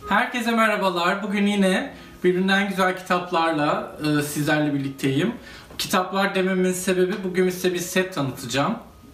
Herkese merhabalar. Bugün yine birbirinden güzel kitaplarla sizlerle birlikteyim. Kitaplar dememin sebebi bugün size bir set tanıtacağım.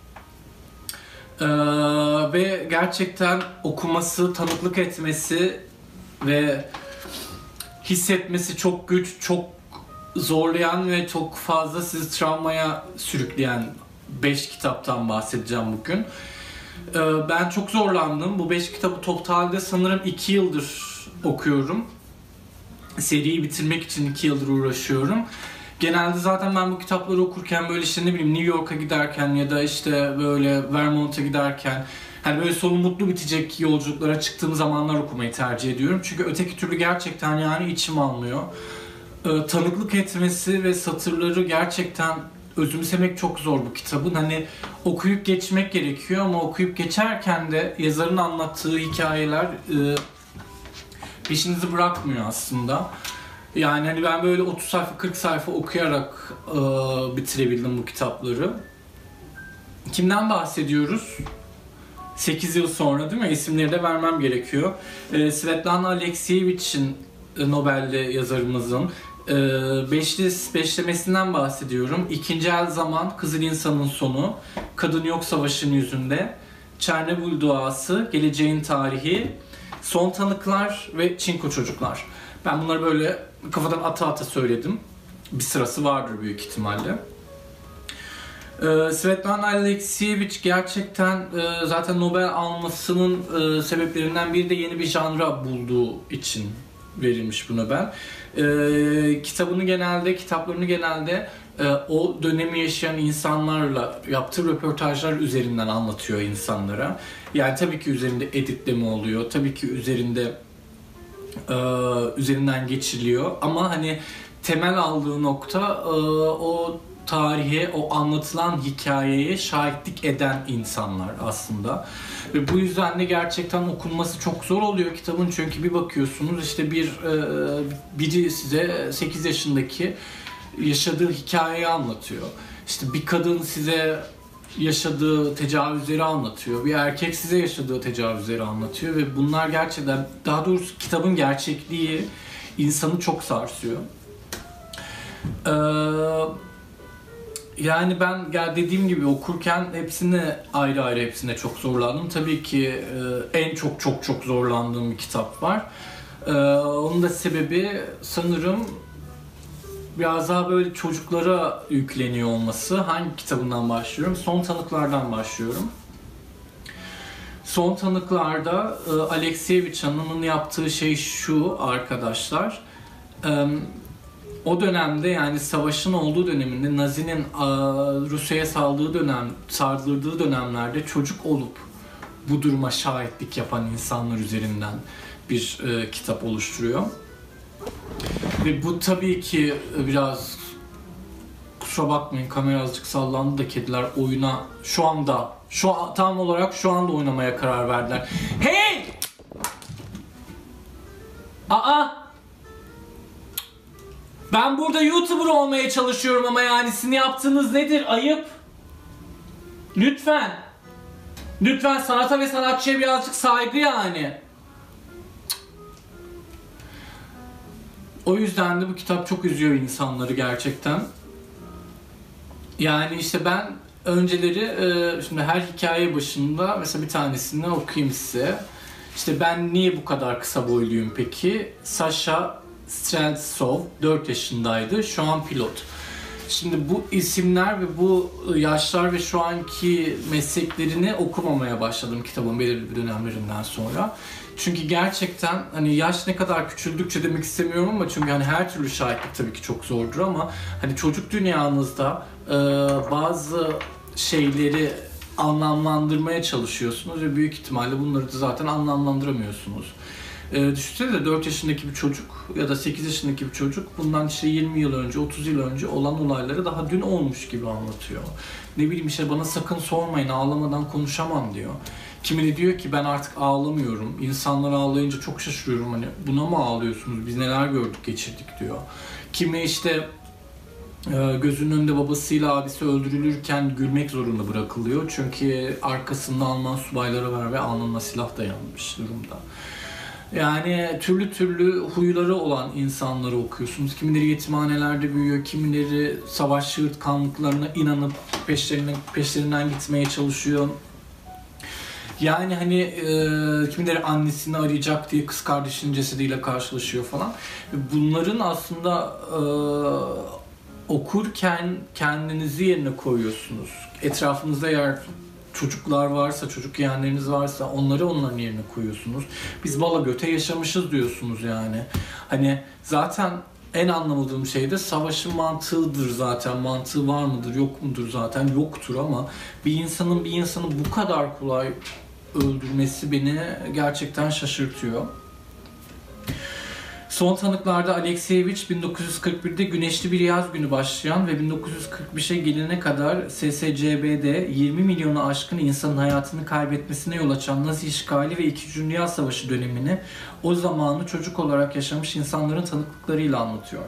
Ve gerçekten okuması, tanıklık etmesi ve hissetmesi çok güç, çok zorlayan ve çok fazla sizi travmaya sürükleyen 5 kitaptan bahsedeceğim bugün. Ben çok zorlandım. Bu 5 kitabı totalde sanırım 2 yıldır okuyorum. Seriyi bitirmek için 2 yıldır uğraşıyorum. Genelde zaten ben bu kitapları okurken böyle işte ne bileyim New York'a giderken ya da işte böyle Vermont'a giderken hani böyle sonu mutlu bitecek yolculuklara çıktığım zamanlar okumayı tercih ediyorum. Çünkü öteki türlü gerçekten yani içim almıyor. Tanıklık etmesi ve satırları gerçekten özümsemek çok zor bu kitabın. Hani okuyup geçmek gerekiyor ama okuyup geçerken de yazarın anlattığı hikayeler peşinizi bırakmıyor aslında. Yani hani ben böyle 30 sayfa 40 sayfa okuyarak bitirebildim bu kitapları. Kimden bahsediyoruz? 8 yıl sonra değil mi? İsimleri de vermem gerekiyor. Svetlana Alekseyevich'in Nobel'li yazarımızın beşlemesinden bahsediyorum. İkinci El Zaman, Kızıl İnsanın Sonu, Kadın Yok Savaşın Yüzünde, Çernobil Duası, Geleceğin Tarihi, Son Tanıklar ve Çinko Çocuklar. Ben bunları böyle kafadan ata ata söyledim. Bir sırası vardır büyük ihtimalle. Svetlana Alekseyevich gerçekten zaten Nobel almasının sebeplerinden biri de yeni bir janra bulduğu için verilmiş bu Nobel. Kitaplarını genelde o dönemi yaşayan insanlarla yaptığı röportajlar üzerinden anlatıyor insanlara. Yani tabii ki üzerinde editleme oluyor, tabii ki üzerinden geçiriliyor ama hani temel aldığı nokta o tarihe, o anlatılan hikayeye şahitlik eden insanlar aslında. Ve bu yüzden de gerçekten okunması çok zor oluyor kitabın, çünkü bir bakıyorsunuz işte biri size 8 yaşındaki yaşadığı hikayeyi anlatıyor. İşte bir kadın size yaşadığı tecavüzleri anlatıyor. Bir erkek size yaşadığı tecavüzleri anlatıyor ve bunlar gerçekten, daha doğrusu kitabın gerçekliği insanı çok sarsıyor. Yani ben dediğim gibi okurken hepsine çok zorlandım. Tabii ki en çok zorlandığım bir kitap var. Onun da sebebi sanırım biraz daha böyle çocuklara yükleniyor olması. Hangi kitabından başlıyorum? Son Tanıklardan başlıyorum. Son Tanıklar'da Alekseyevich Hanım'ın yaptığı şey şu arkadaşlar. O dönemde, yani savaşın olduğu döneminde, Nazi'nin Rusya'ya saldırdığı dönemlerde çocuk olup bu duruma şahitlik yapan insanlar üzerinden bir kitap oluşturuyor. Ve bu tabii ki biraz, kusura bakmayın kamera azıcık sallandı da kediler tam olarak şu anda oynamaya karar verdiler. Hey! Ben burada YouTuber olmaya çalışıyorum ama yani sizin yaptığınız nedir? Ayıp. Lütfen. Lütfen sanata ve sanatçıya birazcık saygı yani. O yüzden de bu kitap çok üzüyor insanları gerçekten. Yani işte ben önceleri şimdi her hikaye başında mesela bir tanesini okuyayım size. İşte ben niye bu kadar kısa boyluyum peki? Sasha Streltsov 4 yaşındaydı. Şu an pilot. Şimdi bu isimler ve bu yaşlar ve şu anki mesleklerini okumamaya başladım kitabın belirli bir dönemlerinden sonra. Çünkü gerçekten hani yaş ne kadar küçüldükçe demek istemiyorum ama çünkü hani her türlü şahitlik tabii ki çok zordur ama hani çocuk dünyanızda bazı şeyleri anlamlandırmaya çalışıyorsunuz ve büyük ihtimalle bunları da zaten anlamlandıramıyorsunuz. Düşünsene de 4 yaşındaki bir çocuk ya da 8 yaşındaki bir çocuk bundan işte 20 yıl önce, 30 yıl önce olan olayları daha dün olmuş gibi anlatıyor. Ne bileyim işte bana sakın sormayın, ağlamadan konuşamam diyor. Kimini diyor ki ben artık ağlamıyorum. İnsanlar ağlayınca çok şaşırıyorum, hani buna mı ağlıyorsunuz, biz neler gördük geçirdik diyor. Kimi işte gözünün önünde babasıyla abisi öldürülürken gülmek zorunda bırakılıyor. Çünkü arkasında Alman subayları var ve alnına silah dayanmış durumda. Yani türlü türlü huyları olan insanları okuyorsunuz. Kimileri yetimhanelerde büyüyor, kimileri savaş çığırtkanlıklarına inanıp peşlerinden gitmeye çalışıyor. Yani hani kimileri annesini arayacak diye kız kardeşinin cesediyle karşılaşıyor falan. Bunların aslında okurken kendinizi yerine koyuyorsunuz. Etrafınızda eğer çocuklar varsa, çocuk yeğenleriniz varsa onları onların yerine koyuyorsunuz. Biz Balagöt'e yaşamışız diyorsunuz yani. Hani zaten en anlamadığım şey de savaşın mantığıdır zaten. Mantığı var mıdır, yok mudur zaten? Yoktur ama bir insanın bir insanı bu kadar kolay öldürmesi beni gerçekten şaşırtıyor. Son tanıklarda Alekseyevich 1941'de güneşli bir yaz günü başlayan ve 1945'e gelene kadar SSCB'de 20 milyonu aşkın insanın hayatını kaybetmesine yol açan Nazi işgali ve 2. Dünya Savaşı dönemini o zamanı çocuk olarak yaşamış insanların tanıklıklarıyla anlatıyor.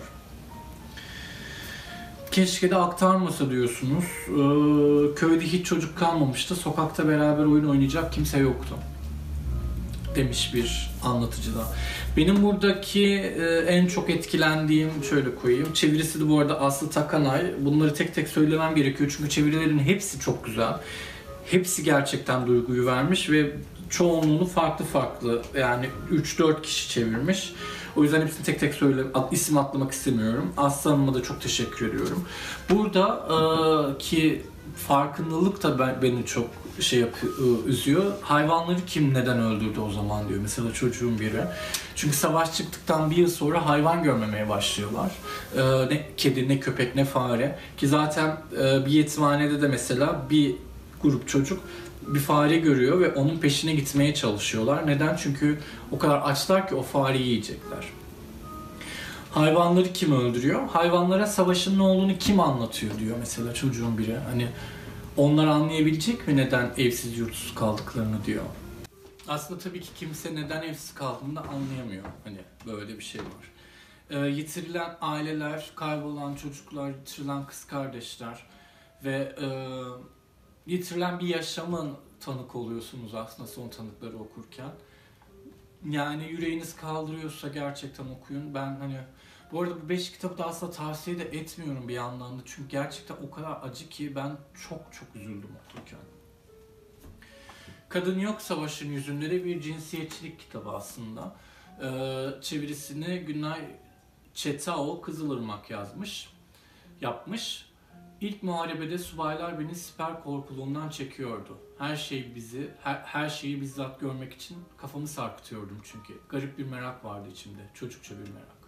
Keşke de aktarmasa diyorsunuz. Köyde hiç çocuk kalmamıştı. Sokakta beraber oyun oynayacak kimse yoktu, demiş bir anlatıcı da. Benim buradaki en çok etkilendiğim, şöyle koyayım. Çevirisi de bu arada Aslı Takanay. Bunları tek tek söylemem gerekiyor çünkü çevirilerin hepsi çok güzel. Hepsi gerçekten duyguyu vermiş ve çoğunluğunu farklı farklı, yani 3-4 kişi çevirmiş. O yüzden hepsini tek tek isim atlamak istemiyorum. Aslı Hanım'a da çok teşekkür ediyorum. Burada ki farkındalık da beni çok üzüyor. Hayvanları kim neden öldürdü o zaman diyor mesela çocuğun biri. Çünkü savaş çıktıktan bir yıl sonra hayvan görmemeye başlıyorlar. Ne kedi, ne köpek, ne fare. Ki zaten bir yetimhanede de mesela bir grup çocuk bir fare görüyor ve onun peşine gitmeye çalışıyorlar. Neden? Çünkü o kadar açlar ki o fareyi yiyecekler. Hayvanları kim öldürüyor? Hayvanlara savaşın ne olduğunu kim anlatıyor diyor mesela çocuğun biri. Hani onlar anlayabilecek mi neden evsiz yurtsuz kaldıklarını diyor. Aslında tabii ki kimse neden evsiz kaldığını da anlayamıyor. Hani böyle bir şey var. Yitirilen aileler, kaybolan çocuklar, yitirilen kız kardeşler ve yitirilen bir yaşamın tanık oluyorsunuz aslında son tanıkları okurken. Yani yüreğiniz kaldırıyorsa gerçekten okuyun. Ben hani bu arada bu 5 kitabı da aslında tavsiye de etmiyorum bir yandan da. Çünkü gerçekten o kadar acı ki ben çok üzüldüm okurken. Kadın Yok Savaş'ın Yüzünde bir cinsiyetçilik kitabı aslında. Çevirisini Günay Çetao Kızılırmak yapmış. İlk muharebede subaylar beni siper korkuluğundan çekiyordu. Her şeyi bizzat görmek için kafamı sarkıtıyordum çünkü. Garip bir merak vardı içimde, çocukça bir merak.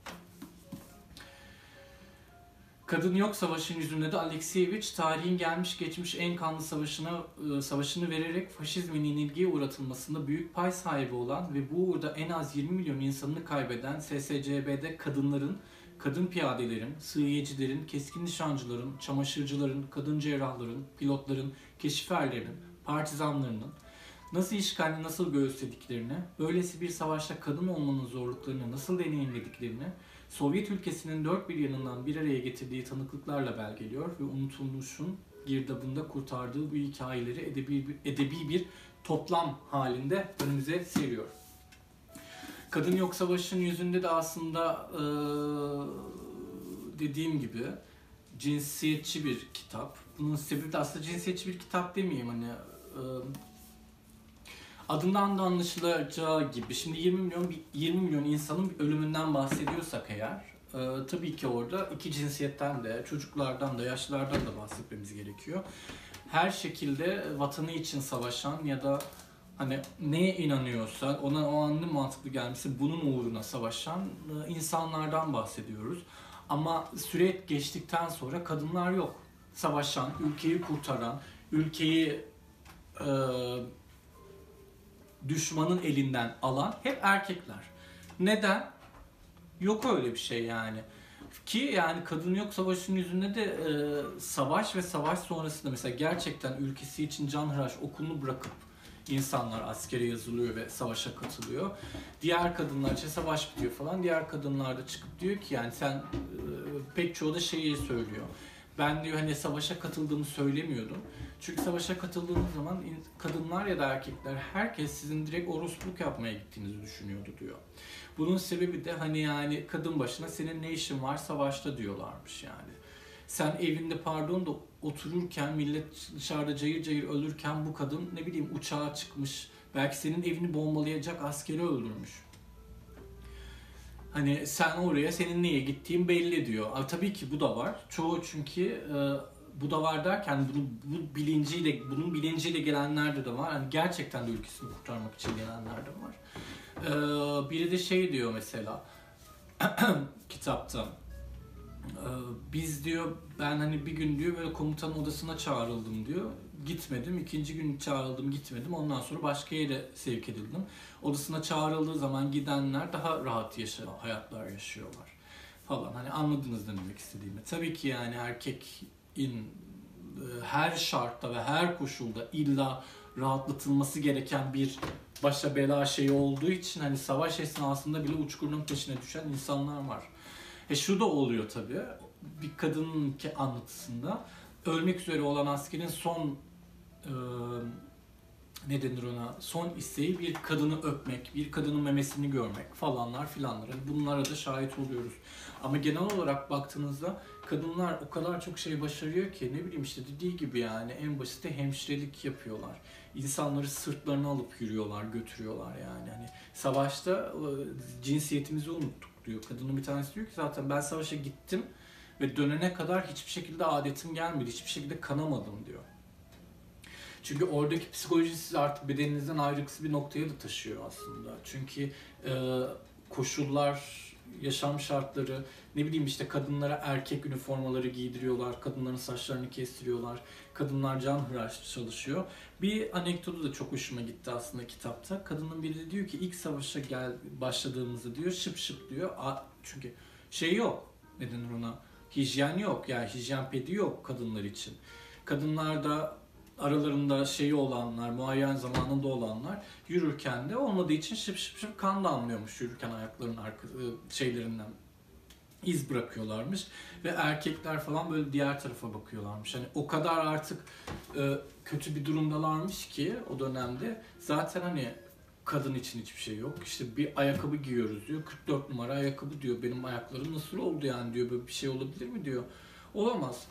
Kadın Yok Savaş'ın Yüzünde de Alekseyevich tarihin gelmiş geçmiş en kanlı savaşını vererek faşizmin yenilgiye uğratılmasında büyük pay sahibi olan ve bu uğurda en az 20 milyon insanını kaybeden SSCB'de kadınların, kadın piyadelerin, sığıyecilerin, keskin nişancıların, çamaşırcıların, kadın cerrahların, pilotların, keşiferlerin, partizanlarının nasıl işgalini nasıl göğüslediklerini, böylesi bir savaşta kadın olmanın zorluklarını nasıl deneyimlediklerini, Sovyet ülkesinin dört bir yanından bir araya getirdiği tanıklıklarla belgeliyor ve unutulmuşun girdabında kurtardığı bu hikayeleri edebi bir toplam halinde önümüze seriyor. Kadın Yok Savaş'ın Yüzünde de aslında dediğim gibi cinsiyetçi bir kitap. Bunun sebebi de aslında cinsiyetçi bir kitap demeyeyim hani adından da anlaşılacağı gibi. Şimdi 20 milyon insanın ölümünden bahsediyorsak eğer tabii ki orada iki cinsiyetten de, çocuklardan da, yaşlılardan da bahsetmemiz gerekiyor. Her şekilde vatanı için savaşan ya da hani neye inanıyorsa, ona o an ne mantıklı gelmişse bunun uğruna savaşan insanlardan bahsediyoruz. Ama süre geçtikten sonra kadınlar yok. Savaşan, ülkeyi kurtaran, ülkeyi düşmanın elinden alan hep erkekler. Neden? Yok öyle bir şey yani. Ki yani Kadın Yok Savaş'ın Yüzünde de savaş ve savaş sonrasında mesela gerçekten ülkesi için canhıraş okulunu bırakıp insanlar askere yazılıyor ve savaşa katılıyor. Diğer kadınlar işte savaş bitiyor falan. Diğer kadınlar da çıkıp diyor ki yani sen pek çoğu da şeyi söylüyor. Ben diyor hani savaşa katıldığımı söylemiyordum. Çünkü savaşa katıldığınız zaman kadınlar ya da erkekler herkes sizin direkt orospuluk yapmaya gittiğinizi düşünüyordu diyor. Bunun sebebi de hani yani kadın başına senin ne işin var savaşta diyorlarmış yani. Sen evinde pardon da otururken millet dışarıda cayır cayır ölürken bu kadın ne bileyim uçağa çıkmış. Belki senin evini bombalayacak askeri öldürmüş. Hani sen oraya senin niye gittiğin belli diyor. Tabii ki bu da var. Çoğu çünkü bu da var derken bunun bilinciyle gelenler de var. Hani gerçekten de ülkesini kurtarmak için gelenler de var. Biri de şey diyor mesela kitapta. Biz diyor ben hani bir gün diyor böyle komutanın odasına çağrıldım diyor. Gitmedim. İkinci gün çağrıldım gitmedim. Ondan sonra başka yere sevk edildim. Odasına çağrıldığı zaman gidenler daha rahat hayatlar yaşıyorlar falan. Hani anladınız ne demek istediğimi. Tabii ki yani erkeğin her şartta ve her koşulda illa rahatlatılması gereken bir başa bela şeyi olduğu için hani savaş esnasında bile uçkurunun peşine düşen insanlar var. Şu da oluyor tabii. Bir kadının anlatısında ölmek üzere olan askerin son ne denir ona? Son isteği bir kadını öpmek, bir kadının memesini görmek falanlar filanlar. Yani bunlara da şahit oluyoruz. Ama genel olarak baktığınızda kadınlar o kadar çok şey başarıyor ki ne bileyim işte dediği gibi yani en basiti hemşirelik yapıyorlar. İnsanları sırtlarına alıp yürüyorlar, götürüyorlar yani. Hani savaşta cinsiyetimizi unuttuk diyor. Kadının bir tanesi diyor ki zaten ben savaşa gittim ve dönene kadar hiçbir şekilde adetim gelmedi, hiçbir şekilde kanamadım diyor. Çünkü oradaki psikoloji sizi artık bedeninizden ayrıksı bir noktaya da taşıyor aslında. Çünkü koşullar, yaşam şartları, ne bileyim işte kadınlara erkek üniformaları giydiriyorlar, kadınların saçlarını kestiriyorlar, kadınlar canhıraş çalışıyor. Bir anekdotu da çok hoşuma gitti aslında kitapta. Kadının biri de diyor ki ilk savaşa başladığımızda diyor şıp şıp diyor. Çünkü şey yok, ne denir ona, hijyen yok yani hijyen pedi yok kadınlar için. Kadınlar da aralarında şeyi olanlar, muayyen zamanında olanlar yürürken de olmadığı için şıp şıp şıp kan damlıyormuş yürürken ayaklarının şeylerinden iz bırakıyorlarmış ve erkekler falan böyle diğer tarafa bakıyorlarmış. Hani o kadar artık kötü bir durumdalarmış ki o dönemde zaten hani kadın için hiçbir şey yok. İşte bir ayakkabı giyiyoruz diyor. 44 numara ayakkabı diyor. Benim ayaklarım nasıl oldu yani diyor. Böyle bir şey olabilir mi diyor. Olamaz.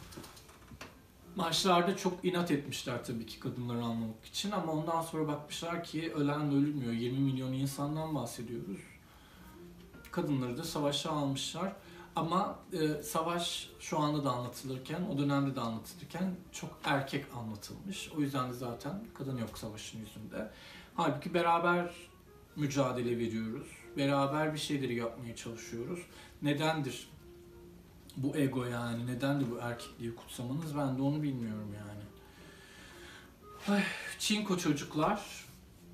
Maçlarda çok inat etmişler tabii ki kadınları anlamak için ama ondan sonra bakmışlar ki ölen ölmüyor. 20 milyon insandan bahsediyoruz. Kadınları da savaşa almışlar. Ama savaş şu anda da anlatılırken, o dönemde de anlatılırken çok erkek anlatılmış. O yüzden de zaten kadın yok savaşın yüzünde. Halbuki beraber mücadele veriyoruz. Beraber bir şeyleri yapmaya çalışıyoruz. Nedendir bu ego yani? Nedendir bu erkekliği kutsamanız? Ben de onu bilmiyorum yani. Ay, çinko çocuklar.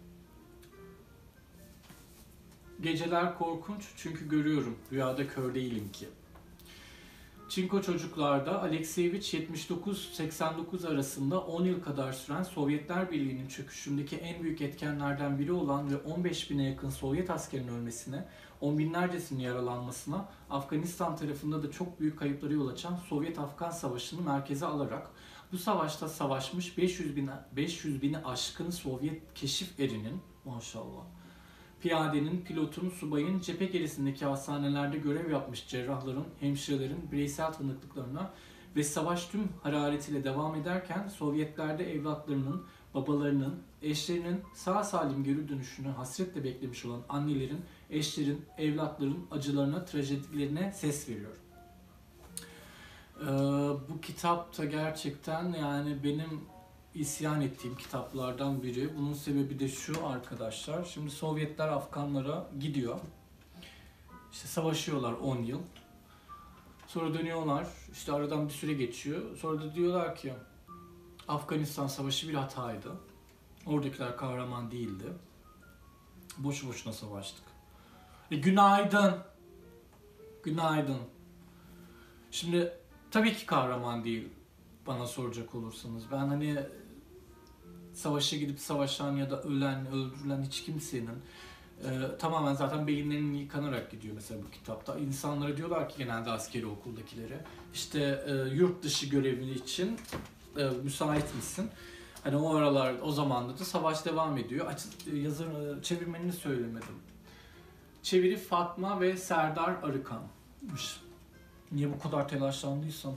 Geceler korkunç çünkü görüyorum. Rüyada kör değilim ki. Çinko çocuklarda Alekseyevich 79-89 arasında 10 yıl kadar süren Sovyetler Birliği'nin çöküşündeki en büyük etkenlerden biri olan ve 15 bine yakın Sovyet askerinin ölmesine, on binlercesinin yaralanmasına, Afganistan tarafında da çok büyük kayıplara yol açan Sovyet-Afgan Savaşı'nı merkeze alarak bu savaşta savaşmış 500 bini aşkın Sovyet keşif erinin, maşallah, piyadenin, pilotun, subayın, cephe gerisindeki hastanelerde görev yapmış cerrahların, hemşirelerin bireysel tanıklıklarına ve savaş tüm hararetiyle devam ederken Sovyetlerde evlatlarının, babalarının, eşlerinin sağ salim geri dönüşünü hasretle beklemiş olan annelerin, eşlerin, evlatların acılarına, trajedilerine ses veriyor. Bu kitap da gerçekten yani benim isyan ettiğim kitaplardan biri. Bunun sebebi de şu arkadaşlar. Şimdi Sovyetler Afganlara gidiyor. İşte savaşıyorlar 10 yıl. Sonra dönüyorlar. İşte aradan bir süre geçiyor. Sonra da diyorlar ki Afganistan Savaşı bir hataydı. Oradakiler kahraman değildi. Boşu boşuna savaştık. Günaydın. Günaydın. Şimdi tabii ki kahraman değil bana soracak olursanız. Ben hani savaşa gidip savaşan ya da ölen, öldürülen hiç kimsenin Tamamen zaten beyinlerinin yıkanarak gidiyor mesela bu kitapta. İnsanlara diyorlar ki genelde askeri okuldakilere işte yurt dışı görevi için müsait misin? Hani o aralar, o zamanda da savaş devam ediyor. Çevirmenini söylemedim. Çeviri Fatma ve Serdar Arıkan'mış. Niye bu kadar telaşlandıysam.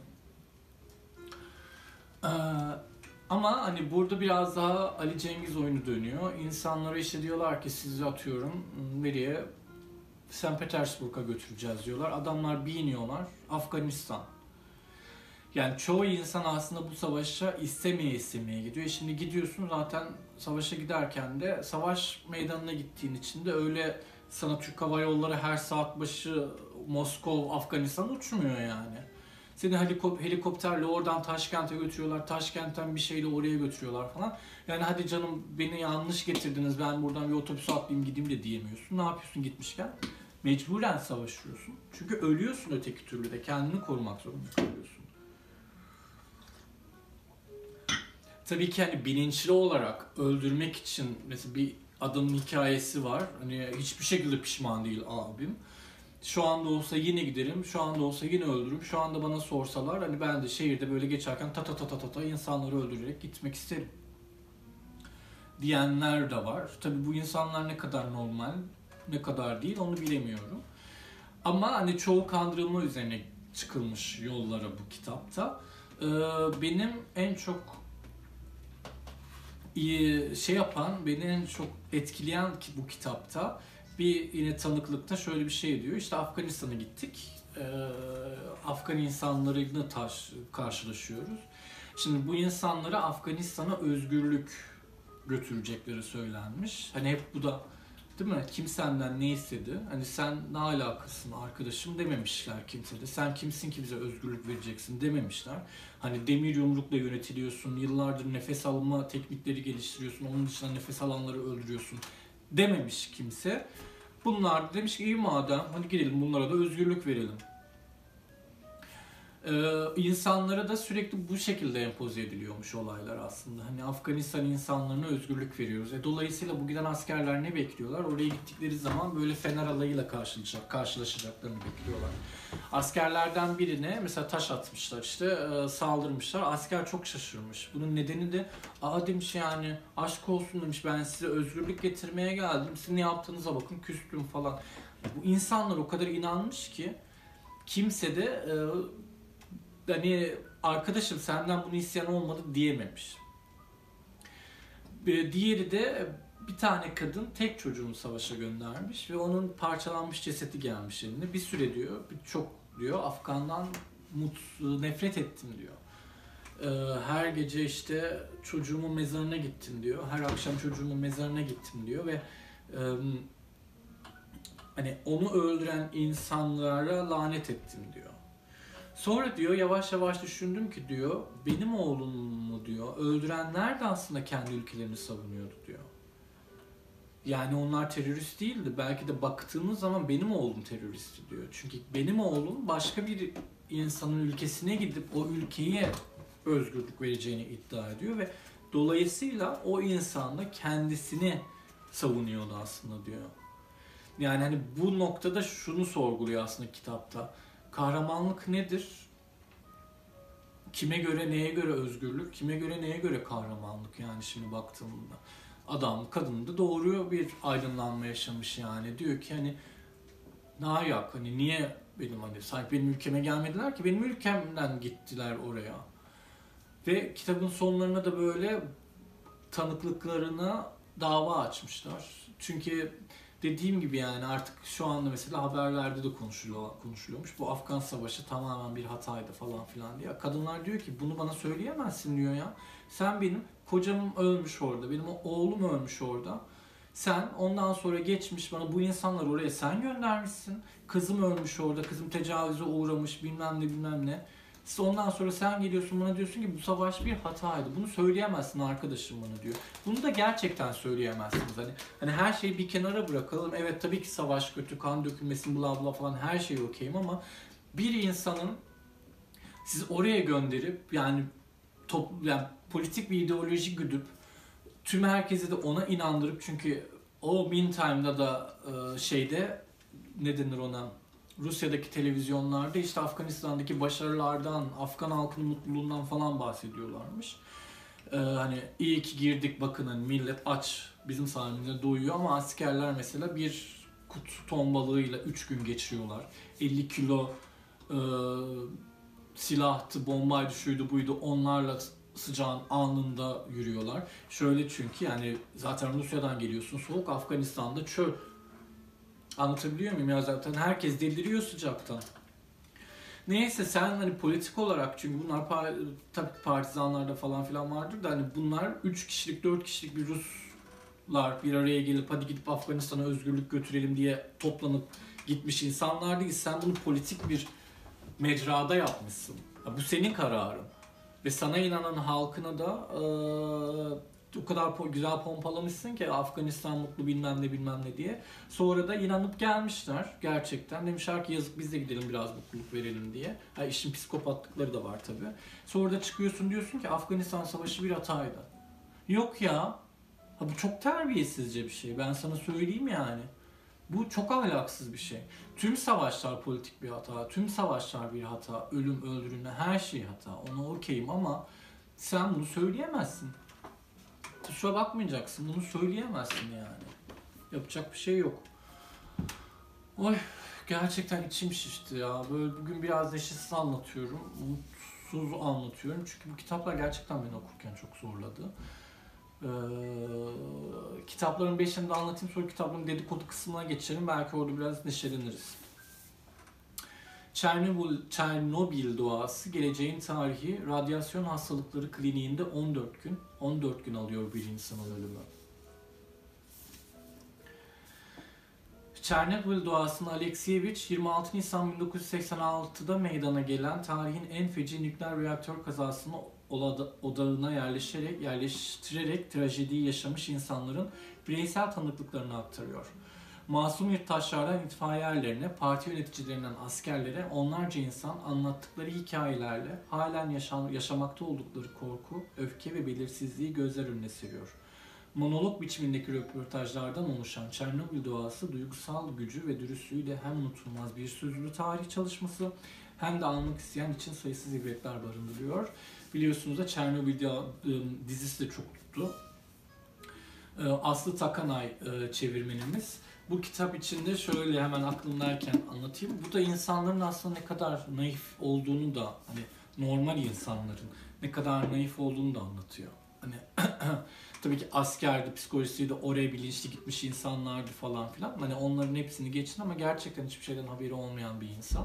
Ama hani burada biraz daha Ali Cengiz oyunu dönüyor. İnsanlara işte diyorlar ki sizi atıyorum nereye? St. Petersburg'a götüreceğiz diyorlar. Adamlar bir iniyorlar. Afganistan. Yani çoğu insan aslında bu savaşa istemeye gidiyor. Şimdi gidiyorsun zaten savaşa giderken de savaş meydanına gittiğin için de öyle sana Türk Hava Yolları her saat başı Moskova, Afganistan uçmuyor yani. Seni helikopterle oradan Taşkent'e götürüyorlar, Taşkent'ten bir şeyle oraya götürüyorlar falan. Yani hadi canım beni yanlış getirdiniz, ben buradan bir otobüse atlayayım gideyim de diyemiyorsun. Ne yapıyorsun gitmişken? Mecburen savaşıyorsun. Çünkü ölüyorsun öteki türlü de, kendini korumak zorunda kalıyorsun. Tabii ki hani bilinçli olarak öldürmek için mesela bir adamın hikayesi var. Hani hiçbir şekilde pişman değil abim. Şu anda olsa yine giderim, şu anda olsa yine öldürürüm. Şu anda bana sorsalar hani ben de şehirde böyle geçerken ta insanları öldürerek gitmek isterim diyenler de var. Tabii bu insanlar ne kadar normal, ne kadar değil onu bilemiyorum. Ama hani çoğu kandırılma üzerine çıkılmış yollara bu kitapta. Benim en çok beni en çok etkileyen ki bu kitapta bir yine tanıklıkta şöyle bir şey diyor. İşte Afganistan'a gittik. Afgan insanlarıyla karşılaşıyoruz. Şimdi bu insanlara Afganistan'a özgürlük götürecekleri söylenmiş. Hani hep bu da değil mi? Kim senden ne istedi? Hani sen ne alakasın arkadaşım dememişler kimse de. Sen kimsin ki bize özgürlük vereceksin dememişler. Hani demir yumrukla yönetiliyorsun, yıllardır nefes alma teknikleri geliştiriyorsun, onun dışında nefes alanları öldürüyorsun dememiş kimse. Bunlar da demiş ki iyi madem hadi gidelim bunlara da özgürlük verelim. İnsanlara da sürekli bu şekilde empoze ediliyormuş olaylar aslında. Hani Afganistan insanlarına özgürlük veriyoruz. Dolayısıyla bu giden askerler ne bekliyorlar? Oraya gittikleri zaman böyle fener alayıyla karşılaşacaklarını bekliyorlar. Askerlerden birine mesela taş atmışlar işte saldırmışlar. Asker çok şaşırmış. Bunun nedeni de demiş yani aşk olsun demiş ben size özgürlük getirmeye geldim. Sizin ne yaptığınıza bakın küstüm falan. Bu insanlar o kadar inanmış ki kimse de hani arkadaşım senden bunu isteyen olmadı diyememiş. Diğeri de bir tane kadın tek çocuğunu savaşa göndermiş ve onun parçalanmış cesedi gelmiş eline. Bir süre diyor, çok diyor Afgan'dan nefret ettim diyor. Her gece işte çocuğumun mezarına gittim diyor. Her akşam çocuğumun mezarına gittim diyor ve hani onu öldüren insanlara lanet ettim diyor. Sonra diyor yavaş yavaş düşündüm ki diyor benim oğlumu diyor öldürenler de aslında kendi ülkelerini savunuyordu diyor. Yani onlar terörist değildi. Belki de baktığımız zaman benim oğlum teröristti diyor. Çünkü benim oğlum başka bir insanın ülkesine gidip o ülkeye özgürlük vereceğini iddia ediyor ve dolayısıyla o insan da kendisini savunuyordu aslında diyor. Yani hani bu noktada şunu sorguluyor aslında kitapta. Kahramanlık nedir? Kime göre, neye göre özgürlük? Kime göre, neye göre kahramanlık yani şimdi baktığımda. Adam, kadın da doğru bir aydınlanma yaşamış yani. Diyor ki hani ne ayak, hani niye sanki benim ülkeme gelmediler ki benim ülkemden gittiler oraya. Ve kitabın sonlarına da böyle tanıklıklarına dava açmışlar. Çünkü dediğim gibi yani artık şu anda mesela haberlerde de konuşuluyormuş. Bu Afgan Savaşı tamamen bir hataydı falan filan diye. Kadınlar diyor ki bunu bana söyleyemezsin diyor ya. Sen benim kocam ölmüş orada, benim oğlum ölmüş orada. Sen ondan sonra geçmiş bana bu insanlar oraya sen göndermişsin. Kızım ölmüş orada, kızım tecavüze uğramış bilmem ne. Ondan sonra sen geliyorsun bana diyorsun ki bu savaş bir hataydı. Bunu söyleyemezsin arkadaşım bana diyor. Bunu da gerçekten söyleyemezsiniz. Hani her şeyi bir kenara bırakalım. Evet tabii ki savaş kötü, kan dökülmesin bla bla falan her şey okeyim ama bir insanın sizi oraya gönderip yani politik bir ideoloji güdüp tüm herkesi de ona inandırıp çünkü O meantime'da da şeyde ne denir ona? Rusya'daki televizyonlarda işte Afganistan'daki başarılardan, Afgan halkının mutluluğundan falan bahsediyorlarmış. Hani iyi ki girdik bakın hani millet aç bizim sayemizde doyuyor ama askerler mesela bir kutu ton balığıyla 3 gün geçiriyorlar. 50 kilo e, silahtı, bombaydı, şuydu buydu onlarla sıcağın anında yürüyorlar. Şöyle çünkü yani zaten Rusya'dan geliyorsun soğuk, Afganistan'da çöl. Anlatabiliyor muyum ya, zaten herkes deliriyor sıcaktan. Neyse sen hani politik olarak çünkü bunlar tabii partizanlarda falan filan vardır da hani bunlar 3 kişilik 4 kişilik bir Ruslar bir araya gelip hadi gidip Afganistan'a özgürlük götürelim diye toplanıp gitmiş insanlar değil. Sen bunu politik bir mecrada yapmışsın. Bu senin kararın. Ve sana inanan halkına da o kadar güzel pompalamışsın ki Afganistan mutlu bilmem ne bilmem ne diye. Sonra da inanıp gelmişler gerçekten. Demişler ki yazık biz de gidelim biraz mutluluk verelim diye. Ha, işin psikopatlıkları da var tabii. Sonra da çıkıyorsun diyorsun ki Afganistan Savaşı bir hataydı. Yok ya. Ha, bu çok terbiyesizce bir şey. Ben sana söyleyeyim yani. Bu çok ahlaksız bir şey. Tüm savaşlar politik bir hata, tüm savaşlar bir hata, ölüm, öldürülme, her şey hata. Ona okeyim ama sen bunu söyleyemezsin. Kusura bakmayacaksın, bunu söyleyemezsin yani. Yapacak bir şey yok. Oy, gerçekten içim şişti ya. Böyle bugün biraz neşesiz anlatıyorum, mutsuz anlatıyorum. Çünkü bu kitaplar gerçekten beni okurken çok zorladı. Kitapların 5'ini de anlatayım, sonra kitabın dedikodu kısmına geçelim. Belki orada biraz neşeleniriz. Çernobil doğası, geleceğin tarihi, radyasyon hastalıkları kliniğinde 14 gün alıyor bir insanın ölümü. Çernobil doğasını Alekseyevich 26 Nisan 1986'da meydana gelen tarihin en feci nükleer reaktör kazasını odağına yerleştirerek trajediyi yaşamış insanların bireysel tanıklıklarını aktarıyor. Masum yurttaşlardan itfaiye erlerine, parti yöneticilerinden askerlere onlarca insan anlattıkları hikayelerle halen yaşamakta oldukları korku, öfke ve belirsizliği gözler önüne seriyor. Monolog biçimindeki röportajlardan oluşan Çernobil doğası duygusal gücü ve dürüstlüğüyle hem unutulmaz bir sözlü tarih çalışması hem de almak isteyen için sayısız ibretler barındırıyor. Biliyorsunuz da Çernobil dizisi de çok tuttu. Aslı Takanay çevirmenimiz. Bu kitap içinde şöyle hemen aklımdayken anlatayım. Bu da insanların aslında ne kadar naif olduğunu da hani normal insanların ne kadar naif olduğunu da anlatıyor. Hani tabii ki askerdi, psikolojisiydi, oraya bilinçli gitmiş insanlardı falan filan. Hani onların hepsini geçin ama gerçekten hiçbir şeyden haberi olmayan bir insan.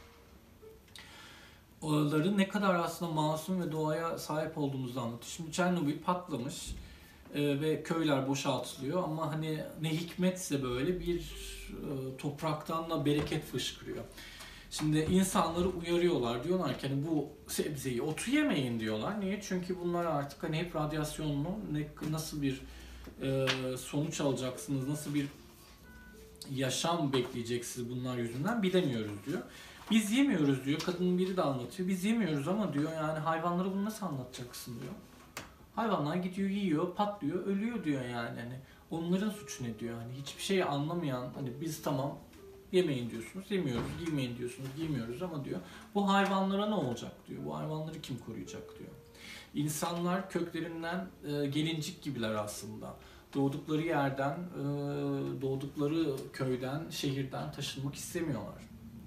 Oraları ne kadar aslında masum ve doğaya sahip olduğumuzu anlatıyor. Şimdi Çernobil patlamış ve köyler boşaltılıyor ama hani ne hikmetse böyle bir topraktan da bereket fışkırıyor. Şimdi insanları uyarıyorlar. Diyorlar ki hani bu sebzeyi, otu yemeyin diyorlar. Niye? Çünkü bunlar artık hani hep radyasyonlu, nasıl bir sonuç alacaksınız, nasıl bir yaşam bekleyeceksiniz bunlar yüzünden bilemiyoruz diyor. Biz yemiyoruz diyor. Kadının biri de anlatıyor. Biz yemiyoruz ama diyor yani hayvanlara bunu nasıl anlatacaksın diyor. Hayvanlar gidiyor, yiyor, patlıyor, ölüyor diyor yani. Hani onların suçu ne diyor. Hani hiçbir şeyi anlamayan hani biz tamam yemeyin diyorsunuz, yemiyoruz, giymeyin diyorsunuz, giymiyoruz ama diyor bu hayvanlara ne olacak diyor. Bu hayvanları kim koruyacak diyor. İnsanlar köklerinden gelincik gibiler aslında. Doğdukları yerden, doğdukları köyden, şehirden taşınmak istemiyorlar.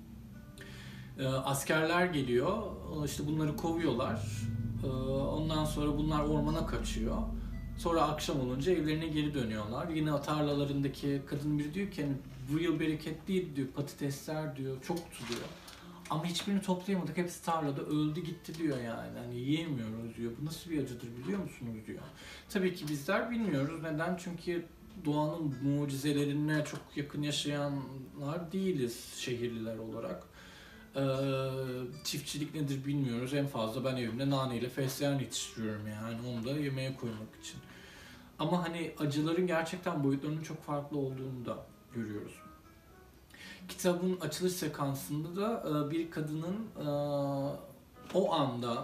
Askerler geliyor, işte bunları kovuyorlar. Ondan sonra bunlar ormana kaçıyor. Sonra akşam olunca evlerine geri dönüyorlar. Yine tarlalarındaki kadın biri diyor ki hani, bu yıl bereket değil diyor, patatesler diyor, çoktu diyor. Ama hiçbirini toplayamadık, hepsi tarlada öldü gitti diyor yani. Hani yiyemiyoruz diyor. Bu nasıl bir acıdır biliyor musunuz diyor. Tabii ki bizler bilmiyoruz. Neden? Çünkü doğanın mucizelerine çok yakın yaşayanlar değiliz şehirliler olarak. Çiftçilik nedir bilmiyoruz. En fazla ben evimde naneyle fesleğen yetiştiriyorum yani onu da yemeğe koymak için. Ama hani acıların gerçekten boyutlarının çok farklı olduğunu da görüyoruz. Kitabın açılış sekansında da bir kadının o anda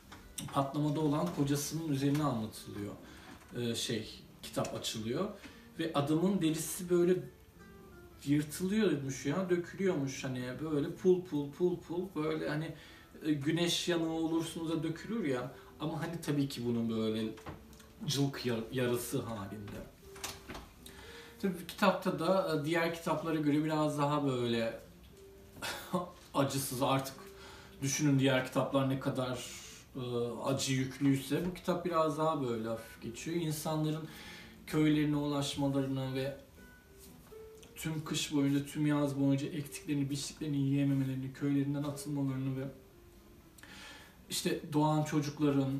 patlamada olan kocasının üzerine anlatılıyor. Kitap açılıyor. Ve adamın derisi böyle yırtılıyormuş ya, dökülüyormuş hani böyle pul pul pul pul böyle hani güneş yanığı olursunuz da dökülür ya. Ama hani tabii ki bunun böyle cılk yarısı halinde. Tabii kitapta da diğer kitaplara göre biraz daha böyle acısız artık. Düşünün diğer kitaplar ne kadar acı yüklüyse bu kitap biraz daha böyle hafif geçiyor. İnsanların köylerine ulaşmalarını ve tüm kış boyunca, tüm yaz boyunca ektiklerini, biçtiklerini yiyememelerini, köylerinden atılmalarını ve işte doğan çocukların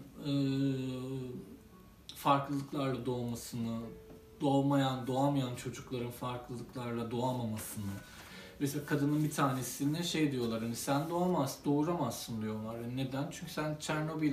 farklılıklarla doğmasını, doğamayan çocukların farklılıklarla doğamamasını. Mesela kadının bir tanesine şey diyorlar, hani sen doğuramazsın diyorlar. Yani neden? Çünkü sen Çernobil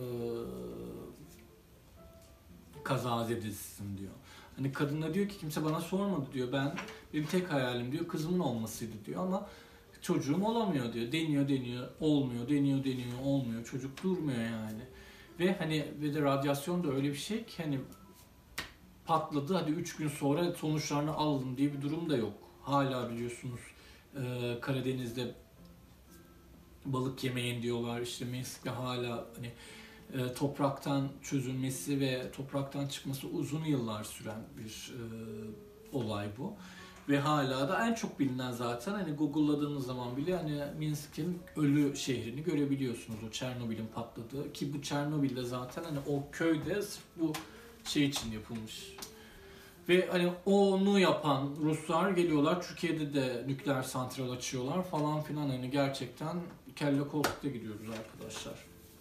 kazazedesisin diyor. Hani kadına diyor ki kimse bana sormadı diyor. Benim tek hayalim diyor kızımın olmasıydı diyor ama çocuğum olamıyor diyor. Deniyor olmuyor, deniyor olmuyor. Çocuk durmuyor yani. Ve hani ve de radyasyon da öyle bir şey ki hani patladı hadi 3 gün sonra sonuçlarını alalım diye bir durum da yok. Hala biliyorsunuz Karadeniz'de balık yemeyin diyorlar. İşte Meksik'te hala hani topraktan çözülmesi ve topraktan çıkması uzun yıllar süren bir olay bu. Ve hala da en çok bilinen zaten hani Google'ladığınız zaman bile hani Minsk'in ölü şehrini görebiliyorsunuz o Çernobil'in patladığı ki bu Çernobil'de zaten hani o köyde sırf bu şey için yapılmış. Ve hani onu yapan Ruslar geliyorlar Türkiye'de de nükleer santral açıyorlar falan filan hani gerçekten kelle koltukta gidiyoruz arkadaşlar.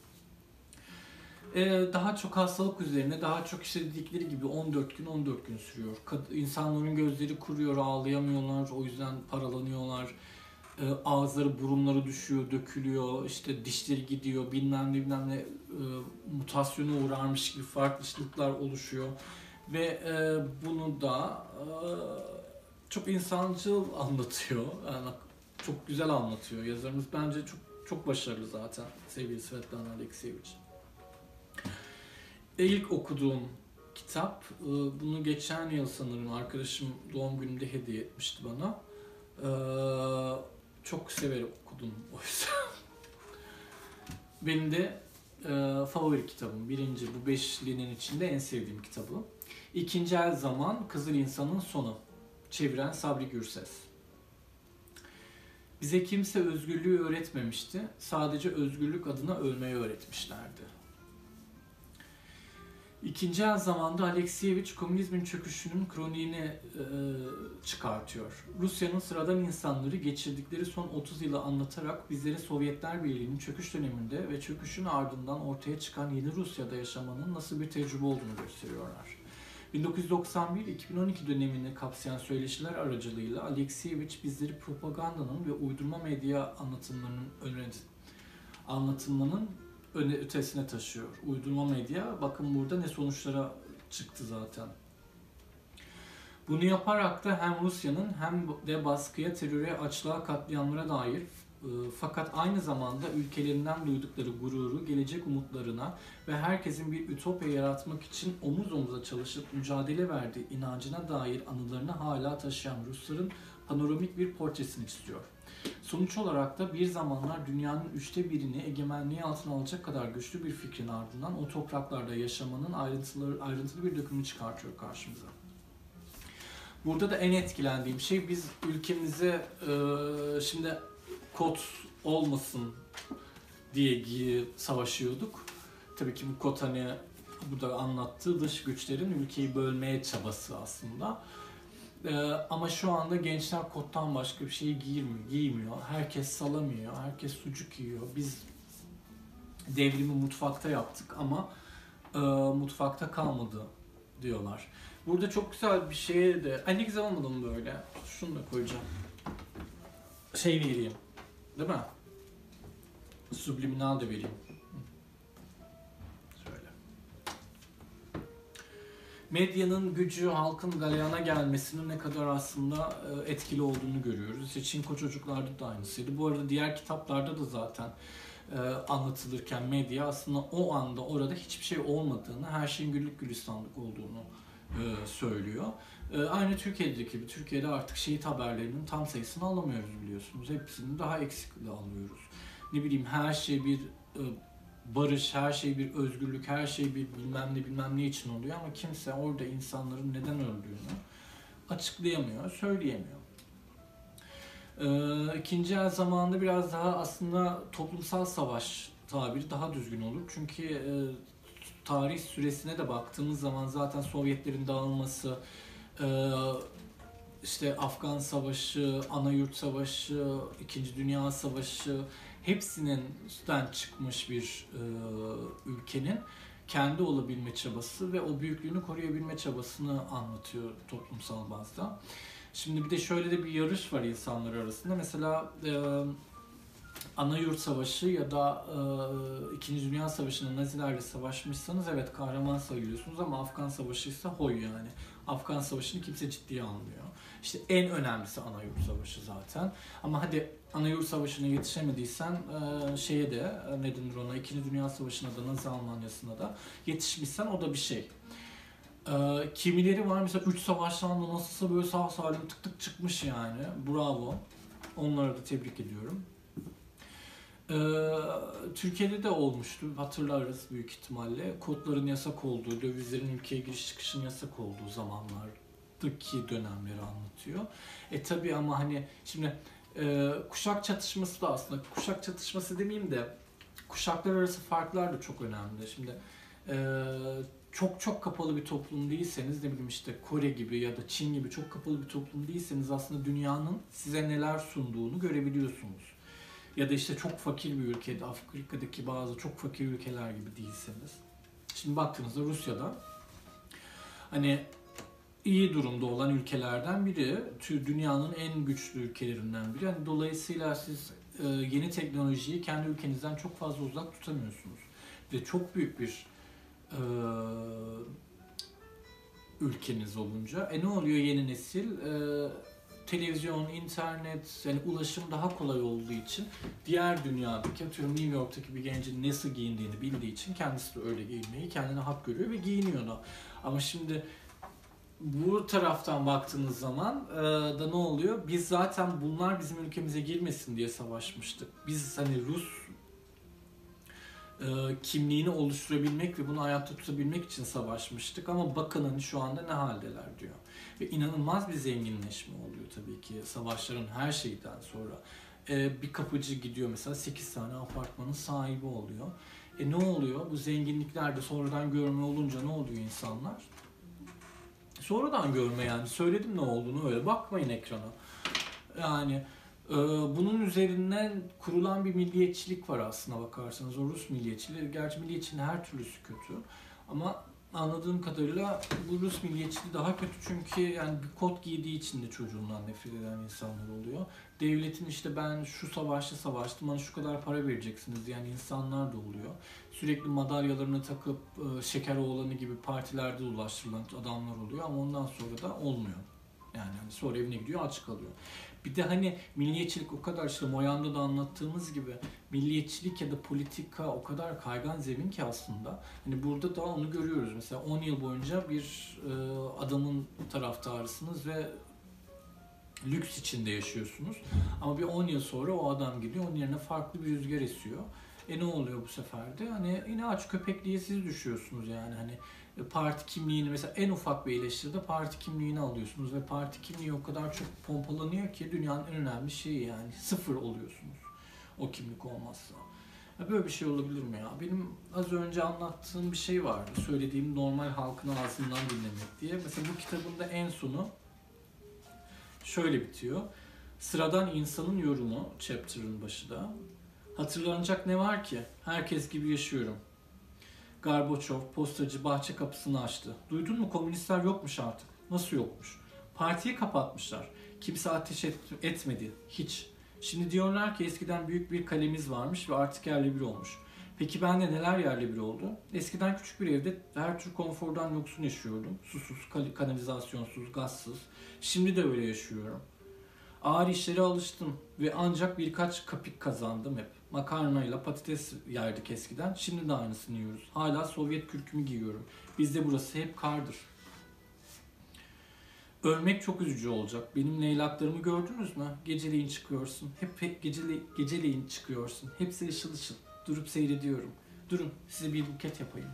Daha çok hastalık üzerine, daha çok işte dedikleri gibi 14 gün sürüyor. İnsanların gözleri kuruyor, ağlayamıyorlar, o yüzden paralanıyorlar. Ağızları, burunları düşüyor, dökülüyor, işte dişleri gidiyor, bilmem ne mutasyona uğrarmış gibi farklılıklar oluşuyor. Ve bunu da çok insancıl anlatıyor, yani çok güzel anlatıyor. Yazarımız bence çok başarılı zaten sevgili Svetlana Alexievich. İlk okuduğum kitap, bunu geçen yıl sanırım arkadaşım doğum gününde hediye etmişti bana. Çok severek okudum o yüzden. Benim de favori kitabım. Birinci, bu beşlinin içinde en sevdiğim kitabı. İkinci El Zaman, Kızıl İnsanın Sonu. Çeviren Sabri Gürses. Bize kimse özgürlüğü öğretmemişti. Sadece özgürlük adına ölmeyi öğretmişlerdi. İkinci el zamanda Alexievich komünizmin çöküşünün kroniğini çıkartıyor. Rusya'nın sıradan insanları geçirdikleri son 30 yılı anlatarak bizlere Sovyetler Birliği'nin çöküş döneminde ve çöküşün ardından ortaya çıkan yeni Rusya'da yaşamanın nasıl bir tecrübe olduğunu gösteriyorlar. 1991-2012 dönemini kapsayan söyleşiler aracılığıyla Alexievich bizleri propagandanın ve uydurma medya anlatımının ötesine taşıyor. Uydurma medya, bakın burada ne sonuçlara çıktı zaten. Bunu yaparak da hem Rusya'nın hem de baskıya, teröre, açlığa, katliamlara dair fakat aynı zamanda ülkelerinden duydukları gururu, gelecek umutlarına ve herkesin bir ütopya yaratmak için omuz omuza çalışıp mücadele verdiği inancına dair anılarını hala taşıyan Rusların panoramik bir portresini istiyor. Sonuç olarak da bir zamanlar dünyanın 1/3'ini egemenliği altına alacak kadar güçlü bir fikrin ardından o topraklarda yaşamanın ayrıntılı bir dökümünü çıkartıyor karşımıza. Burada da en etkilendiğim şey biz ülkemize şimdi kod olmasın diye savaşıyorduk. Tabii ki bu kod hani burada anlattığı dış güçlerin ülkeyi bölmeye çabası aslında. Ama şu anda gençler kottan başka bir şey giymiyor. Herkes salamıyor, herkes sucuk yiyor. Biz devrimi mutfakta yaptık ama mutfakta kalmadı diyorlar. Burada çok güzel bir şeye de... Ay ne güzel olmadı mı böyle? Şunu da koyacağım. Şey vereyim. Değil mi? Subliminal de vereyim. Şöyle. Medyanın gücü, halkın galeyana gelmesinin ne kadar aslında etkili olduğunu görüyoruz. İşte Çinko Çocuklar'da da aynısıydı. Bu arada diğer kitaplarda da zaten anlatılırken medya aslında o anda orada hiçbir şey olmadığını, her şeyin güllük gülistanlık olduğunu söylüyor. Aynı Türkiye'deki gibi. Türkiye'de artık şehit haberlerinin tam sayısını alamıyoruz biliyorsunuz. Hepsini daha eksikle alıyoruz. Ne bileyim her şey bir barış, her şey bir özgürlük, her şey bir bilmem ne için oluyor ama kimse orada insanların neden öldüğünü açıklayamıyor, söyleyemiyor. İkinci el zamanında biraz daha aslında toplumsal savaş tabiri daha düzgün olur. Çünkü tarih süresine de baktığımız zaman zaten Sovyetlerin dağılması, işte Afgan Savaşı, Anayurt Savaşı, İkinci Dünya Savaşı hepsinden çıkmış bir ülkenin kendi olabilme çabası ve o büyüklüğünü koruyabilme çabasını anlatıyor toplumsal bazda. Şimdi bir de şöyle de bir yarış var insanlar arasında. Mesela Anayurt Savaşı ya da İkinci Dünya Savaşı'nda Nazilerle savaşmışsanız evet kahraman sayılıyorsunuz ama Afgan Savaşı ise hoy yani. Afgan Savaşı'nı kimse ciddiye almıyor. İşte en önemlisi Anayurt Savaşı zaten. Ama hadi Anayurt Savaşı'na yetişemediysen şeye de ne denir ona İkinci Dünya Savaşı'na da Nazi Almanya'sına da yetişmişsen o da bir şey. Kimileri var mesela 3 savaştan da nasılsa böyle sağ salim tık tık çıkmış yani. Bravo. Onları da tebrik ediyorum. Türkiye'de de olmuştu, hatırlarız büyük ihtimalle. Kodların yasak olduğu, dövizlerin ülkeye giriş çıkışın yasak olduğu zamanlardaki dönemleri anlatıyor. Tabi ama hani şimdi kuşak çatışması da aslında, kuşak çatışması demeyeyim de kuşaklar arası farklar da çok önemli. Şimdi çok kapalı bir toplum değilseniz, ne bileyim işte Kore gibi ya da Çin gibi çok kapalı bir toplum değilseniz aslında dünyanın size neler sunduğunu görebiliyorsunuz. Ya da işte çok fakir bir ülkede, Afrika'daki bazı çok fakir ülkeler gibi değilseniz. Şimdi baktığınızda Rusya'da hani iyi durumda olan ülkelerden biri, dünyanın en güçlü ülkelerinden biri. Yani dolayısıyla siz yeni teknolojiyi kendi ülkenizden çok fazla uzak tutamıyorsunuz. Ve çok büyük bir ülkeniz olunca. Ne oluyor yeni nesil? Televizyon, internet, yani ulaşım daha kolay olduğu için diğer dünyadaki, atıyorum New York'taki bir gencin nasıl giyindiğini bildiği için kendisi de öyle giyinmeyi kendine hak görüyor ve giyiniyor da. Ama şimdi bu taraftan baktığınız zaman da ne oluyor? Biz zaten bunlar bizim ülkemize girmesin diye savaşmıştık. Biz hani Rus kimliğini oluşturabilmek ve bunu hayatta tutabilmek için savaşmıştık ama bakın hani şu anda ne haldeler diyor. Ve inanılmaz bir zenginleşme oluyor tabii ki savaşların her şeyden sonra. Bir kapıcı gidiyor mesela 8 tane apartmanın sahibi oluyor. Ne oluyor? Bu zenginliklerde sonradan görme olunca ne oluyor insanlar? Sonradan görme yani. Söyledim ne olduğunu öyle. Bakmayın ekrana. Yani bunun üzerinden kurulan bir milliyetçilik var aslına bakarsanız. O Rus milliyetçiliği. Gerçi milliyetçiliğin her türlüsü kötü. Ama anladığım kadarıyla bu Rus milliyetçiliği daha kötü çünkü yani bir kot giydiği için de çocuğundan nefret eden insanlar oluyor. Devletin işte ben şu savaşta savaştım, bana şu kadar para vereceksiniz diyen insanlar da oluyor. Sürekli madalyalarını takıp şeker oğlanı gibi partilerde ulaştırılan adamlar oluyor ama ondan sonra da olmuyor. Yani hani sonra evine gidiyor aç kalıyor. Bir de hani milliyetçilik o kadar işte Moyan'da da anlattığımız gibi milliyetçilik ya da politika o kadar kaygan zemin ki aslında. Hani burada da onu görüyoruz. Mesela 10 yıl boyunca bir adamın taraftarısınız ve lüks içinde yaşıyorsunuz. Ama bir 10 yıl sonra o adam gidiyor, onun yerine farklı bir rüzgar esiyor. Ne oluyor bu sefer de? Hani yine aç köpekliğe siz düşüyorsunuz yani hani parti kimliğini mesela en ufak bir eleştiride parti kimliğini alıyorsunuz ve parti kimliği o kadar çok pompalanıyor ki dünyanın en önemli şeyi yani sıfır oluyorsunuz o kimlik olmazsa. Ya böyle bir şey olabilir mi ya? Benim az önce anlattığım bir şey vardı. Söylediğim normal halkın ağzından dinlemek diye. Mesela bu kitabın da en sonu şöyle bitiyor. Sıradan insanın yorumu chapter'ın başı da. Hatırlanacak ne var ki? Herkes gibi yaşıyorum. Gorbaçov, postacı bahçe kapısını açtı. Duydun mu komünistler yokmuş artık. Nasıl yokmuş? Partiyi kapatmışlar. Kimse ateş etmedi. Hiç. Şimdi diyorlar ki eskiden büyük bir kalemiz varmış ve artık yerle bir olmuş. Peki bende neler yerle bir oldu? Eskiden küçük bir evde her tür konfordan yoksun yaşıyordum. Susuz, kanalizasyonsuz, gazsız. Şimdi de öyle yaşıyorum. Ağır işlere alıştım ve ancak birkaç kapik kazandım hep. Makarnayla patates yerdik eskiden, şimdi de aynısını yiyoruz. Hala Sovyet kürkümü giyiyorum. Bizde burası hep kardır. Ölmek çok üzücü olacak. Benim leylaklarımı gördünüz mü? Geceleyin çıkıyorsun. Hep geceleyin çıkıyorsun. Hepsi ışıl ışıl. Durup seyrediyorum. Durun size bir buket yapayım.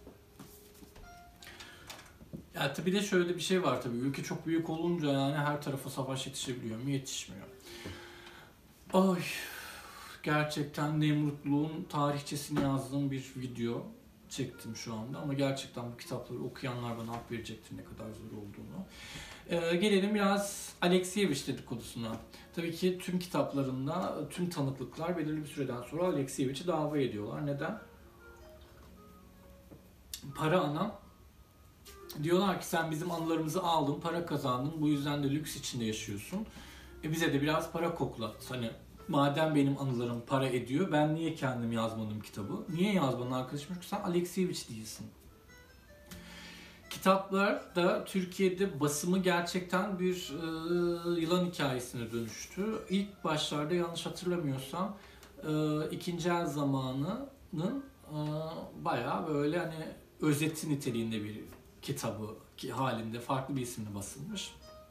Ya tabii de şöyle bir şey var tabii. Ülke çok büyük olunca yani her tarafa savaş yetişebiliyor mu? Yetişmiyor. Ay, gerçekten Nemrutluğun tarihçesini yazdığım bir video çektim şu anda ama gerçekten bu kitapları okuyanlar bana hak verecektir ne kadar zor olduğunu. Gelelim biraz Alexievich dedikodusuna. Tabii ki tüm kitaplarında tüm tanıklıklar belirli bir süreden sonra Alexievich'i dava ediyorlar. Neden? Para ana. Diyorlar ki sen bizim anılarımızı aldın, para kazandın, bu yüzden de lüks içinde yaşıyorsun. Bize de biraz para koklat. Hani madem benim anılarım para ediyor, ben niye kendim yazmadım kitabı? Niye yazmadın arkadaşım? Çünkü sen Alexievich değilsin. Kitaplar da Türkiye'de basımı gerçekten bir yılan hikayesine dönüştü. İlk başlarda yanlış hatırlamıyorsam ikinci el zamanının bayağı böyle hani özeti niteliğinde bir kitabı halinde farklı bir isimle basılmış.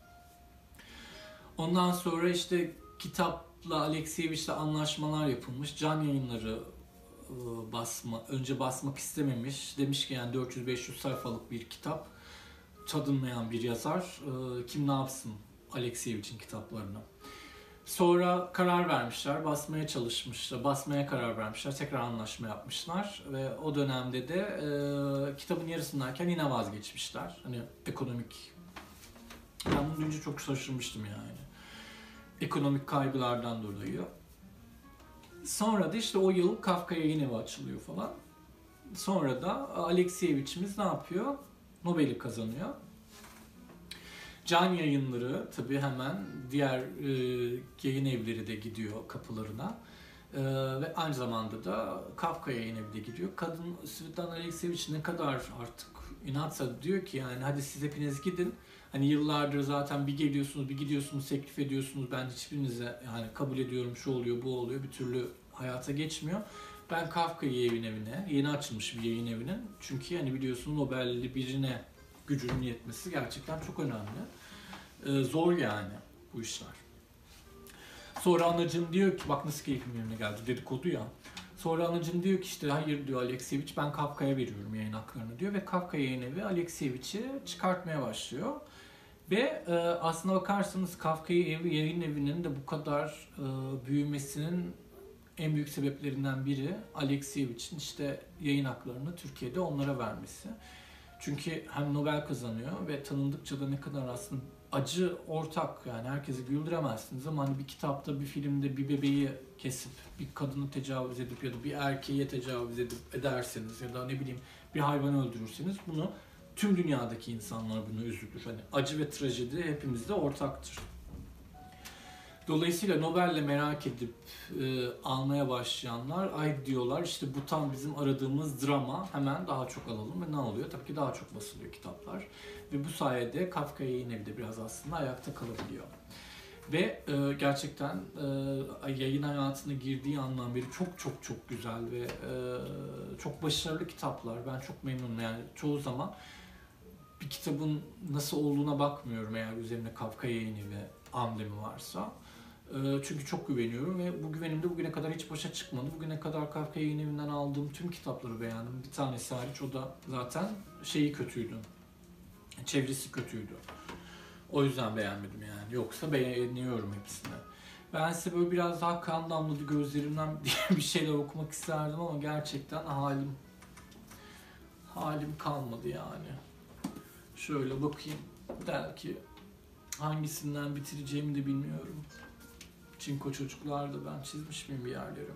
Ondan sonra işte kitapla Alexievich'le anlaşmalar yapılmış. Can Yayınları önce basmak istememiş. Demiş ki yani 400-500 sayfalık bir kitap. Tadılmayan bir yazar. Kim ne yapsın Alexievich'in kitaplarını. Sonra karar vermişler, basmaya çalışmışlar, basmaya karar vermişler, tekrar anlaşma yapmışlar ve o dönemde de kitabın yarısındayken yine vazgeçmişler. Hani ekonomik, ben bunu duyunca çok şaşırmıştım yani. Ekonomik kaygılardan dolayı. Sonra da işte o yıl Kafka Yayın Evi açılıyor falan. Sonra da Alexievich'imiz ne yapıyor? Nobel'i kazanıyor. Can Yayınları tabii hemen diğer yayın evleri de gidiyor kapılarına. Ve aynı zamanda da Kafka Yayın Evi de gidiyor. Kadın Svetlana Alexievich ne kadar artık inatsa diyor ki yani hadi siz hepiniz gidin. Hani yıllardır zaten bir geliyorsunuz bir gidiyorsunuz teklif ediyorsunuz. Ben hiçbirinize yani kabul ediyorum şu oluyor bu oluyor bir türlü hayata geçmiyor. Ben Kafka Yayın Evi'ne yeni açılmış bir yayın evinin çünkü yani biliyorsunuz Nobel'li birine gücünün yetmesi gerçekten çok önemli. Zor yani bu işler. Sonra anacığım diyor ki bak nasıl keyfim yerine geldi dedikodu ya. Sonra anacığım diyor ki işte hayır diyor Alexievich ben Kafka'ya veriyorum yayın haklarını diyor ve Kafka Yayın Evi Alexievich'i çıkartmaya başlıyor. Ve aslına bakarsanız Kafka Yayın Evi'nin de bu kadar büyümesinin en büyük sebeplerinden biri Alexievich'in işte yayın haklarını Türkiye'de onlara vermesi. Çünkü hem Nobel kazanıyor ve tanındıkça da ne kadar aslında acı ortak yani herkesi güldüremezsiniz ama hani bir kitapta, bir filmde bir bebeği kesip bir kadını tecavüz edip ya da bir erkeğe tecavüz ederseniz ya da ne bileyim bir hayvanı öldürürseniz bunu tüm dünyadaki insanlar bunu üzülür. Hani acı ve trajedi hepimizde ortaktır. Dolayısıyla Nobel'le merak edip almaya başlayanlar ay diyorlar işte bu tam bizim aradığımız drama hemen daha çok alalım ve ne oluyor? Tabii ki daha çok basılıyor kitaplar ve bu sayede Kafka Yayın Evi de biraz aslında ayakta kalabiliyor. Ve gerçekten yayın hayatına girdiği andan beri çok çok çok güzel ve çok başarılı kitaplar. Ben çok memnunum yani çoğu zaman bir kitabın nasıl olduğuna bakmıyorum eğer üzerine Kafka Yayın Evi amblemi varsa. Çünkü çok güveniyorum ve bu güvenim de bugüne kadar hiç boşa çıkmadı. Bugüne kadar Kafka Yayın Evi'nden aldığım tüm kitapları beğendim. Bir tanesi hariç o da zaten şeyi kötüydü. Çevresi kötüydü. O yüzden beğenmedim yani. Yoksa beğeniyorum hepsini. Ben size böyle biraz daha kan damladı gözlerimden diye bir şeyler okumak isterdim ama gerçekten halim kalmadı yani. Şöyle bakayım. Belki hangisinden bitireceğimi de bilmiyorum. Çinko çocuklarda ben çizmiş miyim bir yerleri?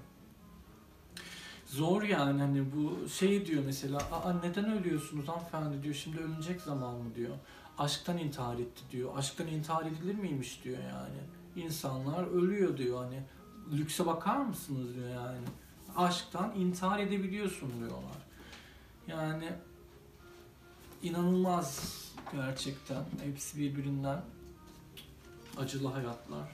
Zor yani hani bu şey diyor mesela aa neden ölüyorsunuz hanımefendi diyor şimdi ölünecek zaman mı diyor. Aşktan intihar etti diyor. Aşktan intihar edilir miymiş diyor yani. İnsanlar ölüyor diyor hani lükse bakar mısınız diyor yani. Aşktan intihar edebiliyorsun diyorlar. Yani inanılmaz gerçekten. Hepsi birbirinden acılı hayatlar.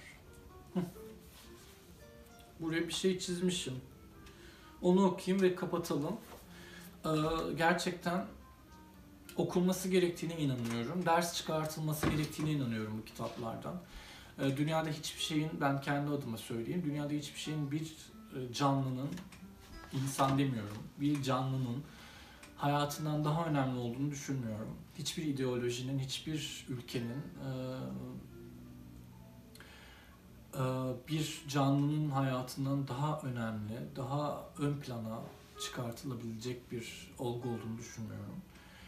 Buraya bir şey çizmişim. Onu okuyayım ve kapatalım. Gerçekten Okunması gerektiğine inanıyorum. Ders çıkartılması gerektiğine inanıyorum bu kitaplardan. Dünyada hiçbir şeyin, ben kendi adıma söyleyeyim, dünyada hiçbir şeyin bir canlının, insan demiyorum, bir canlının hayatından daha önemli olduğunu düşünmüyorum. Hiçbir ideolojinin, hiçbir ülkenin bir canlının hayatından daha önemli, daha ön plana çıkartılabilecek bir olgu olduğunu düşünmüyorum.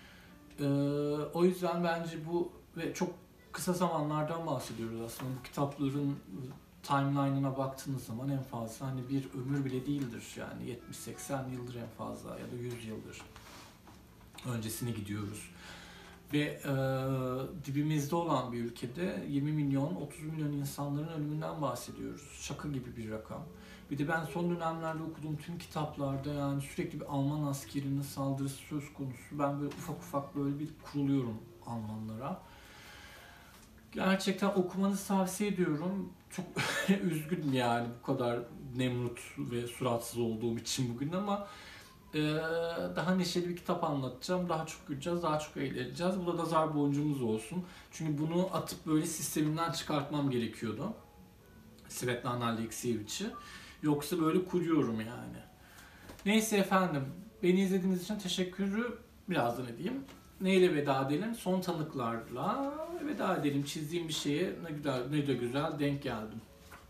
O yüzden bence bu ve çok kısa zamanlardan bahsediyoruz aslında. Bu kitapların timeline'ına baktığınız zaman en fazla hani bir ömür bile değildir. Yani 70-80 yıldır en fazla ya da 100 yıldır öncesine gidiyoruz. Ve dibimizde olan bir ülkede 20 milyon, 30 milyon insanların ölümünden bahsediyoruz. Şaka gibi bir rakam. Bir de ben son dönemlerde okuduğum tüm kitaplarda yani sürekli bir Alman askerinin saldırısı söz konusu. Ben böyle ufak ufak böyle bir kuruluyorum Almanlara. Gerçekten okumanızı tavsiye ediyorum. Çok üzgünüm yani bu kadar nemrut ve suratsız olduğum için bugün ama daha neşeli bir kitap anlatacağım. Daha çok güleceğiz, daha çok eğleneceğiz. Bu da nazar boncuğumuz olsun. Çünkü bunu atıp böyle sistemimden çıkartmam gerekiyordu. Svetlana Alexiyevich'i. Yoksa böyle kuruyorum yani. Neyse efendim. Beni izlediğiniz için teşekkürü birazdan edeyim. Neyle veda edelim? Son tanıklarla veda edelim. Çizdiğim bir şeye ne de güzel denk geldim.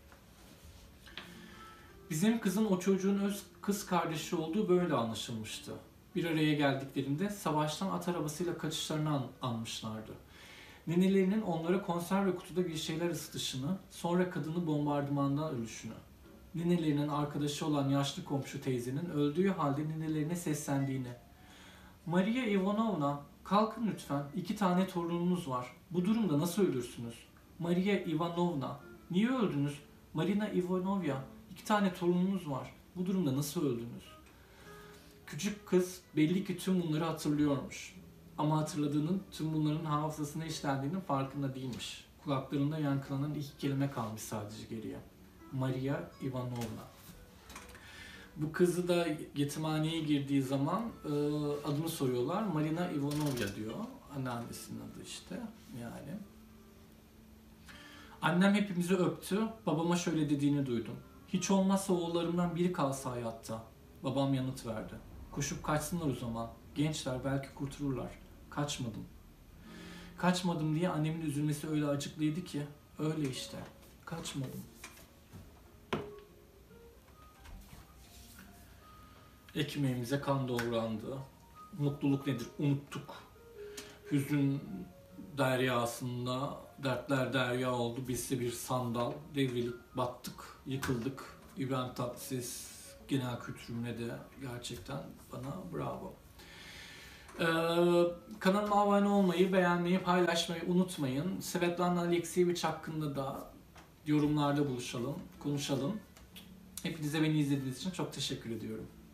Bizim kızın o çocuğun öz kız kardeşi olduğu böyle anlaşılmıştı. Bir araya geldiklerinde savaştan at arabasıyla kaçışlarını anmışlardı. Nenelerinin onlara konserve kutuda bir şeyler ısıtışını, sonra kadını bombardımandan ölüşünü. Nenelerinin arkadaşı olan yaşlı komşu teyzenin öldüğü halde nenelerine seslendiğini. Maria Ivanovna, kalkın lütfen, 2 tane torununuz var. Bu durumda nasıl ölürsünüz? Maria Ivanovna, niye öldünüz? Marina Ivanovya, 2 tane torununuz var. Bu durumda nasıl öldünüz? Küçük kız belli ki tüm bunları hatırlıyormuş. Ama hatırladığının tüm bunların hafızasına işlendiğinin farkında değilmiş. Kulaklarında yankılanan 2 kelime kalmış sadece geriye. Maria Ivanovna. Bu kızı da yetimhaneye girdiği zaman adını soruyorlar. Marina Ivanovya diyor. Anneannesinin adı işte yani. Annem hepimizi öptü. Babama şöyle dediğini duydum. Hiç olmazsa oğullarımdan biri kalsa hayatta. Babam yanıt verdi. Koşup kaçsınlar o zaman. Gençler belki kurtulurlar. Kaçmadım. Kaçmadım diye annemin üzülmesi öyle acıklıydı ki. Öyle işte. Kaçmadım. Ekmeğimize kan doğrandı. Mutluluk nedir? Unuttuk. Hüzün deryasında dertler derya oldu. Biz de bir sandal. Devrilip battık, yıkıldık. İbrahim Tatlıses genel kültürüne de gerçekten bana bravo. Kanalıma abone olmayı, beğenmeyi, paylaşmayı unutmayın. Svetlana Alexievich hakkında da yorumlarda buluşalım, konuşalım. Hepinize beni izlediğiniz için çok teşekkür ediyorum.